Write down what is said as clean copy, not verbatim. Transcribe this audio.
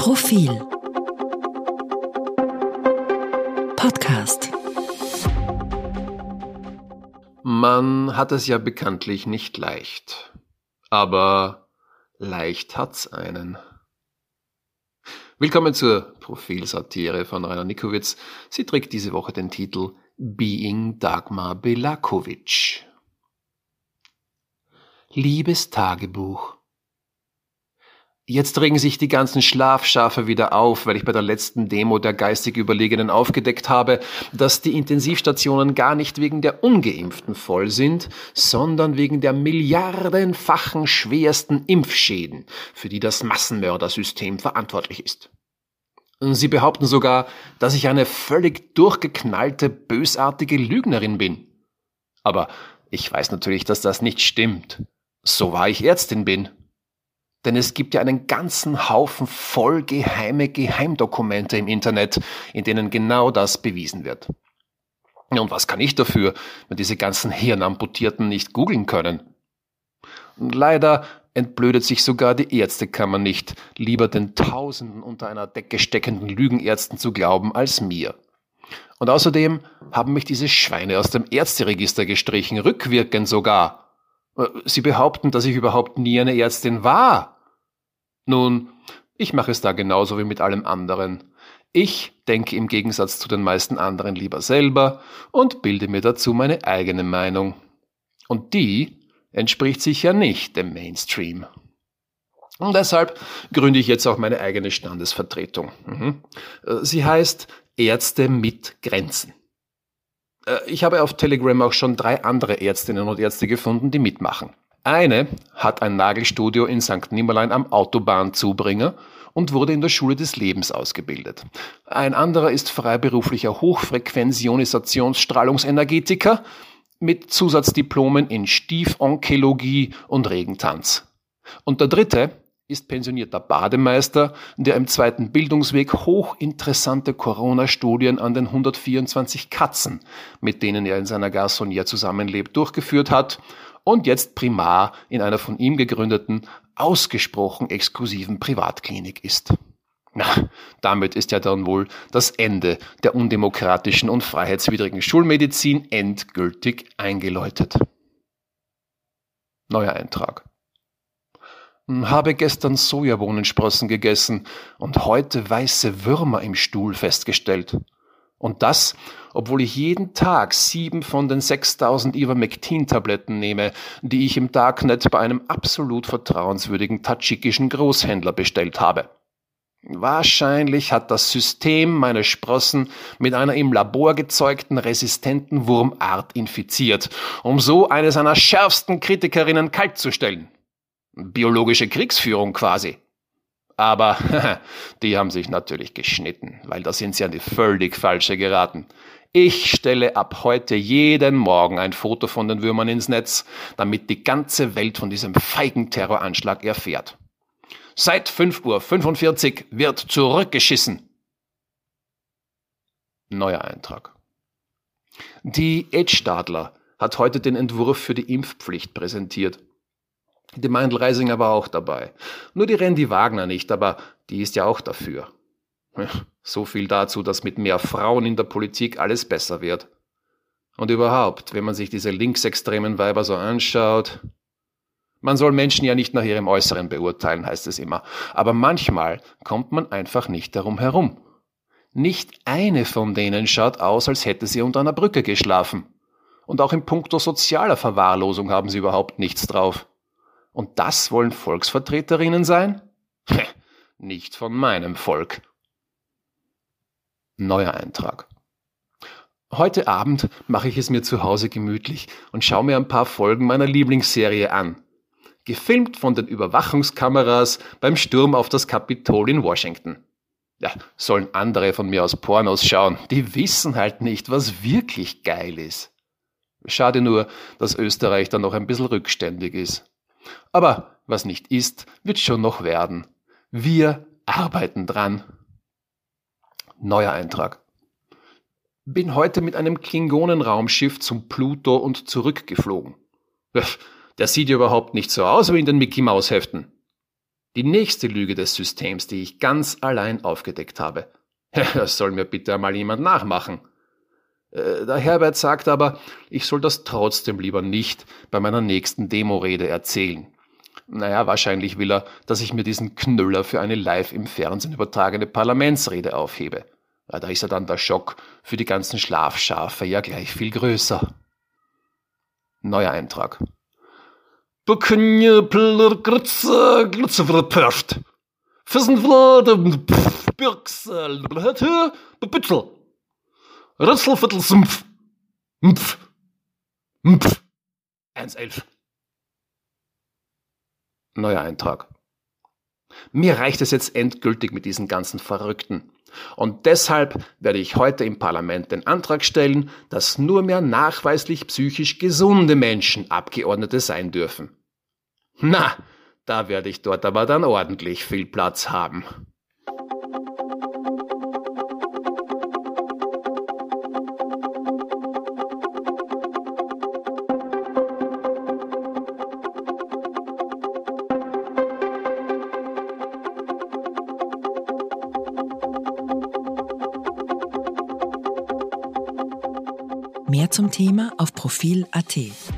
Profil Podcast. Man hat es ja bekanntlich nicht leicht. Aber leicht hat's einen. Willkommen zur Profilsatire von Rainer Nikowitz. Sie trägt diese Woche den Titel Being Dagmar Belakovic. Liebes Tagebuch. Jetzt regen sich die ganzen Schlafschafe wieder auf, weil ich bei der letzten Demo der geistig Überlegenen aufgedeckt habe, dass die Intensivstationen gar nicht wegen der Ungeimpften voll sind, sondern wegen der milliardenfachen schwersten Impfschäden, für die das Massenmördersystem verantwortlich ist. Sie behaupten sogar, dass ich eine völlig durchgeknallte, bösartige Lügnerin bin. Aber ich weiß natürlich, dass das nicht stimmt. So wahr ich Ärztin bin. Denn es gibt ja einen ganzen Haufen voll geheime Geheimdokumente im Internet, in denen genau das bewiesen wird. Und was kann ich dafür, wenn diese ganzen Hirnamputierten nicht googeln können? Und leider entblödet sich sogar die Ärztekammer nicht, lieber den Tausenden unter einer Decke steckenden Lügenärzten zu glauben als mir. Und außerdem haben mich diese Schweine aus dem Ärzteregister gestrichen, rückwirkend sogar. Sie behaupten, dass ich überhaupt nie eine Ärztin war. Nun, ich mache es da genauso wie mit allem anderen. Ich denke im Gegensatz zu den meisten anderen lieber selber und bilde mir dazu meine eigene Meinung. Und die entspricht sicher nicht dem Mainstream. Und deshalb gründe ich jetzt auch meine eigene Standesvertretung. Sie heißt Ärzte mit Grenzen. Ich habe auf Telegram auch schon 3 andere Ärztinnen und Ärzte gefunden, die mitmachen. Eine hat ein Nagelstudio in St. Nimmerlein am Autobahnzubringer und wurde in der Schule des Lebens ausgebildet. Ein anderer ist freiberuflicher Hochfrequenz-Ionisationsstrahlungsenergetiker mit Zusatzdiplomen in Stiefonkologie und Regentanz. Und der dritte ist pensionierter Bademeister, der im 2. Bildungsweg hochinteressante Corona-Studien an den 124 Katzen, mit denen er in seiner Garçonnière zusammenlebt, durchgeführt hat und jetzt Primar in einer von ihm gegründeten, ausgesprochen exklusiven Privatklinik ist. Na, damit ist ja dann wohl das Ende der undemokratischen und freiheitswidrigen Schulmedizin endgültig eingeläutet. Neuer Eintrag. Habe gestern Sojabohnensprossen gegessen und heute weiße Würmer im Stuhl festgestellt. Und das, obwohl ich jeden Tag 7 von den 6000 Ivermectin-Tabletten nehme, die ich im Darknet bei einem absolut vertrauenswürdigen tadschikischen Großhändler bestellt habe. Wahrscheinlich hat das System meine Sprossen mit einer im Labor gezeugten resistenten Wurmart infiziert, um so eine seiner schärfsten Kritikerinnen kaltzustellen. Biologische Kriegsführung quasi. Aber die haben sich natürlich geschnitten, weil da sind sie an die völlig falsche geraten. Ich stelle ab heute jeden Morgen ein Foto von den Würmern ins Netz, damit die ganze Welt von diesem feigen Terroranschlag erfährt. Seit 5:45 Uhr wird zurückgeschissen. Neuer Eintrag. Die Ed-Stadler hat heute den Entwurf für die Impfpflicht präsentiert. Die Meindl-Reisinger war auch dabei. Nur die Randy Wagner nicht, aber die ist ja auch dafür. So viel dazu, dass mit mehr Frauen in der Politik alles besser wird. Und überhaupt, wenn man sich diese linksextremen Weiber so anschaut. Man soll Menschen ja nicht nach ihrem Äußeren beurteilen, heißt es immer. Aber manchmal kommt man einfach nicht darum herum. Nicht eine von denen schaut aus, als hätte sie unter einer Brücke geschlafen. Und auch in puncto sozialer Verwahrlosung haben sie überhaupt nichts drauf. Und das wollen Volksvertreterinnen sein? Nicht von meinem Volk. Neuer Eintrag. Heute Abend mache ich es mir zu Hause gemütlich und schaue mir ein paar Folgen meiner Lieblingsserie an. Gefilmt von den Überwachungskameras beim Sturm auf das Kapitol in Washington. Ja, sollen andere von mir aus Pornos schauen. Die wissen halt nicht, was wirklich geil ist. Schade nur, dass Österreich da noch ein bisschen rückständig ist. Aber was nicht ist, wird schon noch werden. Wir arbeiten dran. Neuer Eintrag. Bin heute mit einem Klingonenraumschiff zum Pluto und zurückgeflogen. Der sieht ja überhaupt nicht so aus wie in den Mickey-Maus-Heften. Die nächste Lüge des Systems, die ich ganz allein aufgedeckt habe. Das soll mir bitte einmal jemand nachmachen. Der Herbert sagt aber, ich soll das trotzdem lieber nicht bei meiner nächsten Demorede erzählen. Naja, wahrscheinlich will er, dass ich mir diesen Knüller für eine live im Fernsehen übertragene Parlamentsrede aufhebe. Ja, da ist ja dann der Schock für die ganzen Schlafschafe ja gleich viel größer. Neuer Eintrag. Ritzelviertelsumpf. 1,11. Neuer Eintrag. Mir reicht es jetzt endgültig mit diesen ganzen Verrückten. Und deshalb werde ich heute im Parlament den Antrag stellen, dass nur mehr nachweislich psychisch gesunde Menschen Abgeordnete sein dürfen. Na, da werde ich dort aber dann ordentlich viel Platz haben. Mehr zum Thema auf Profil.at.